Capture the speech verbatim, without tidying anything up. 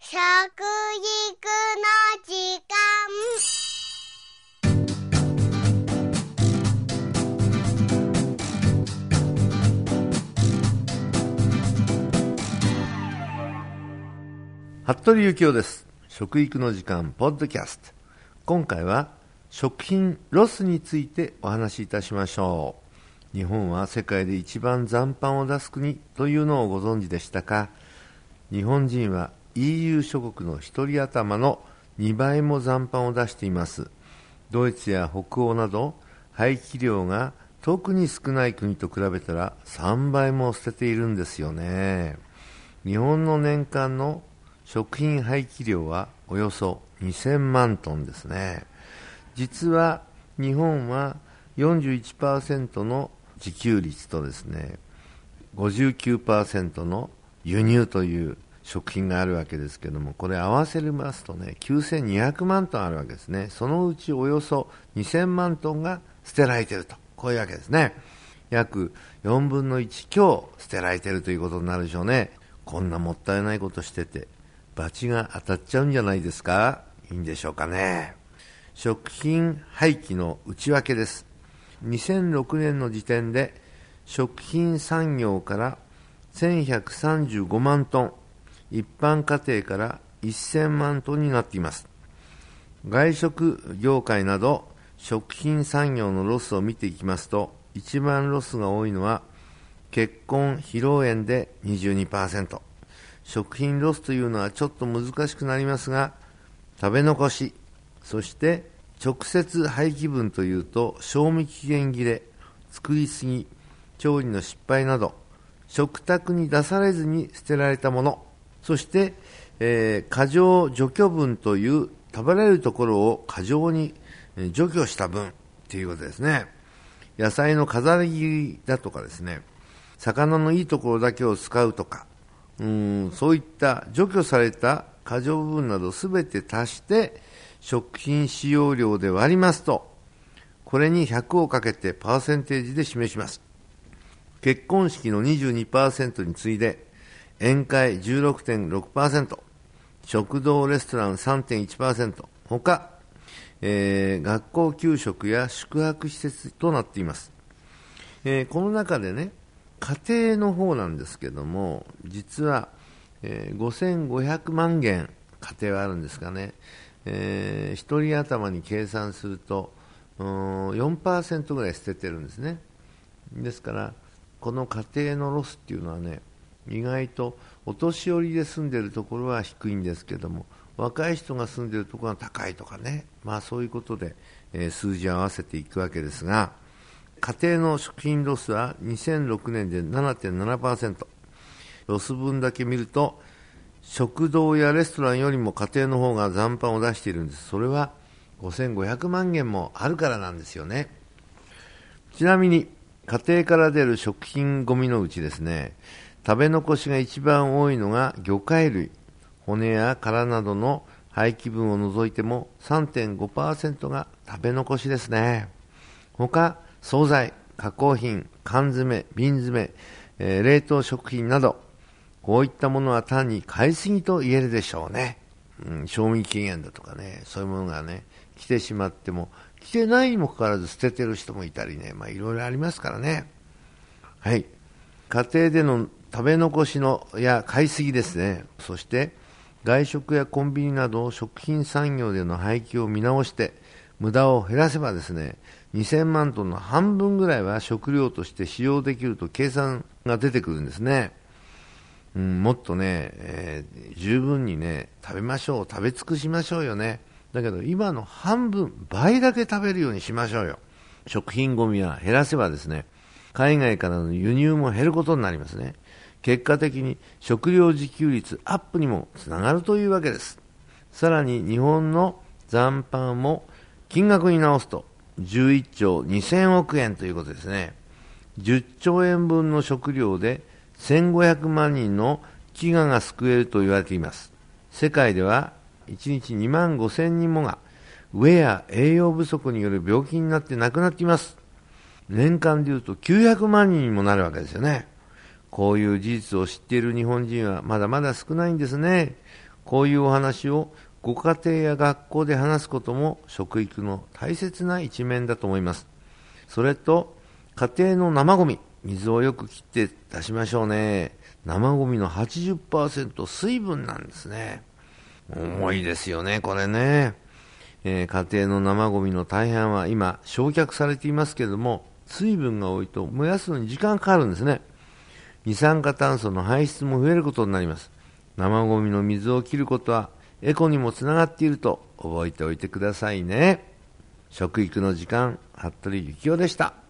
食育の時間。 服部幸男です。食育の時間ポッドキャスト。今回は食品ロスについてお話しいたしましょう。日本は世界で一番残飯を出す国というのをご存知でしたか？日本人は イーユー 諸国の一人頭のにばいも残飯を出しています。ドイツや北欧など廃棄量が特に少ない国と比べたらさんばいも捨てているんですよね。日本の年間の食品廃棄量はおよそにせんまんトンですね。実は日本は よんじゅういちパーセント の自給率とですね ごじゅうきゅうパーセント の輸入という食品があるわけですけども、これ合わせますとねきゅうせんにひゃくまんトンあるわけですね。そのうちおよそにせんまんトンが捨てられていると、こういうわけですね。約よんぶんのいち強捨てられているということになるでしょうね。こんなもったいないことしてて罰が当たっちゃうんじゃないですか？いいんでしょうかね。食品廃棄の内訳です。にせんろくねんの時点で食品産業からせんひゃくさんじゅうごまんトン、一般家庭からせんまんトンになっています。外食業界など食品産業のロスを見ていきますと、一番ロスが多いのは結婚披露宴で にじゅうにパーセント。食品ロスというのはちょっと難しくなりますが、食べ残し、そして直接廃棄分というと賞味期限切れ、作りすぎ、調理の失敗など食卓に出されずに捨てられたもの、そして、えー、過剰除去分という食べられるところを過剰に除去した分ということですね。野菜の飾り切りだとかですね、魚のいいところだけを使うとか、うーんそういった除去された過剰部分などすべて足して食品使用量で割りますと、これにひゃくをかけてパーセンテージで示します。結婚式の にじゅうにパーセント に次いで宴会 じゅうろくてんろくパーセント、 食堂レストラン さんてんいちパーセント、 他、えー、学校給食や宿泊施設となっています。えー、この中でね、家庭の方なんですけども、実は、えー、ごせんごひゃくまんげん家庭はあるんですがね、えー、ひとり頭に計算するとよんパーセントぐらい捨ててるんですね。ですからこの家庭のロスっていうのはね、意外とお年寄りで住んでいるところは低いんですけども、若い人が住んでいるところは高いとかね、まあそういうことで、えー、数字を合わせていくわけですが、家庭の食品ロスはにせんろくねんで ななてんななパーセント、 ロス分だけ見ると食堂やレストランよりも家庭の方が残飯を出しているんです。それはごせんごひゃくまんげんもあるからなんですよね。ちなみに家庭から出る食品ゴミのうちですね、食べ残しが一番多いのが魚介類、骨や殻などの廃棄分を除いても さんてんごパーセント が食べ残しですね。他、惣菜、加工品、缶詰、瓶詰、えー、冷凍食品など、こういったものは単に買いすぎと言えるでしょうね。うん、賞味期限だとかね、そういうものがね来てしまっても、来てないにもかかわらず捨ててる人もいたりね、まあいろいろありますからね。はい、家庭での食べ残しのや買いすぎですね。そして外食やコンビニなど食品産業での廃棄を見直して無駄を減らせばですね、にせんまんトンの半分ぐらいは食料として使用できると計算が出てくるんですね。うん、もっとね、えー、十分にね食べましょう、食べ尽くしましょうよね。だけど今の半分、倍だけ食べるようにしましょうよ。食品ゴミは減らせばですね、海外からの輸入も減ることになりますね。結果的に食料自給率アップにもつながるというわけです。さらに日本の残飯も金額に直すとじゅういっちょうにせんおくえんということですね。じゅっちょうえんぶんの食料でせんごひゃくまんにんの飢餓が救えると言われています。世界ではいちにちにまんごせんにんもが飢えや栄養不足による病気になって亡くなっています。年間でいうときゅうひゃくまんにんにもなるわけですよね。こういう事実を知っている日本人はまだまだ少ないんですね。 こういうお話をご家庭や学校で話すことも食育の大切な一面だと思います。それと家庭の生ゴミ、水をよく切って出しましょうね。生ゴミの はちじゅっパーセント 水分なんですね。重いですよね、これね。えー、家庭の生ゴミの大半は今焼却されていますけれども、水分が多いと燃やすのに時間かかるんですね。二酸化炭素の排出も増えることになります。生ゴミの水を切ることはエコにもつながっていると覚えておいてくださいね。食育の時間、服部幸男でした。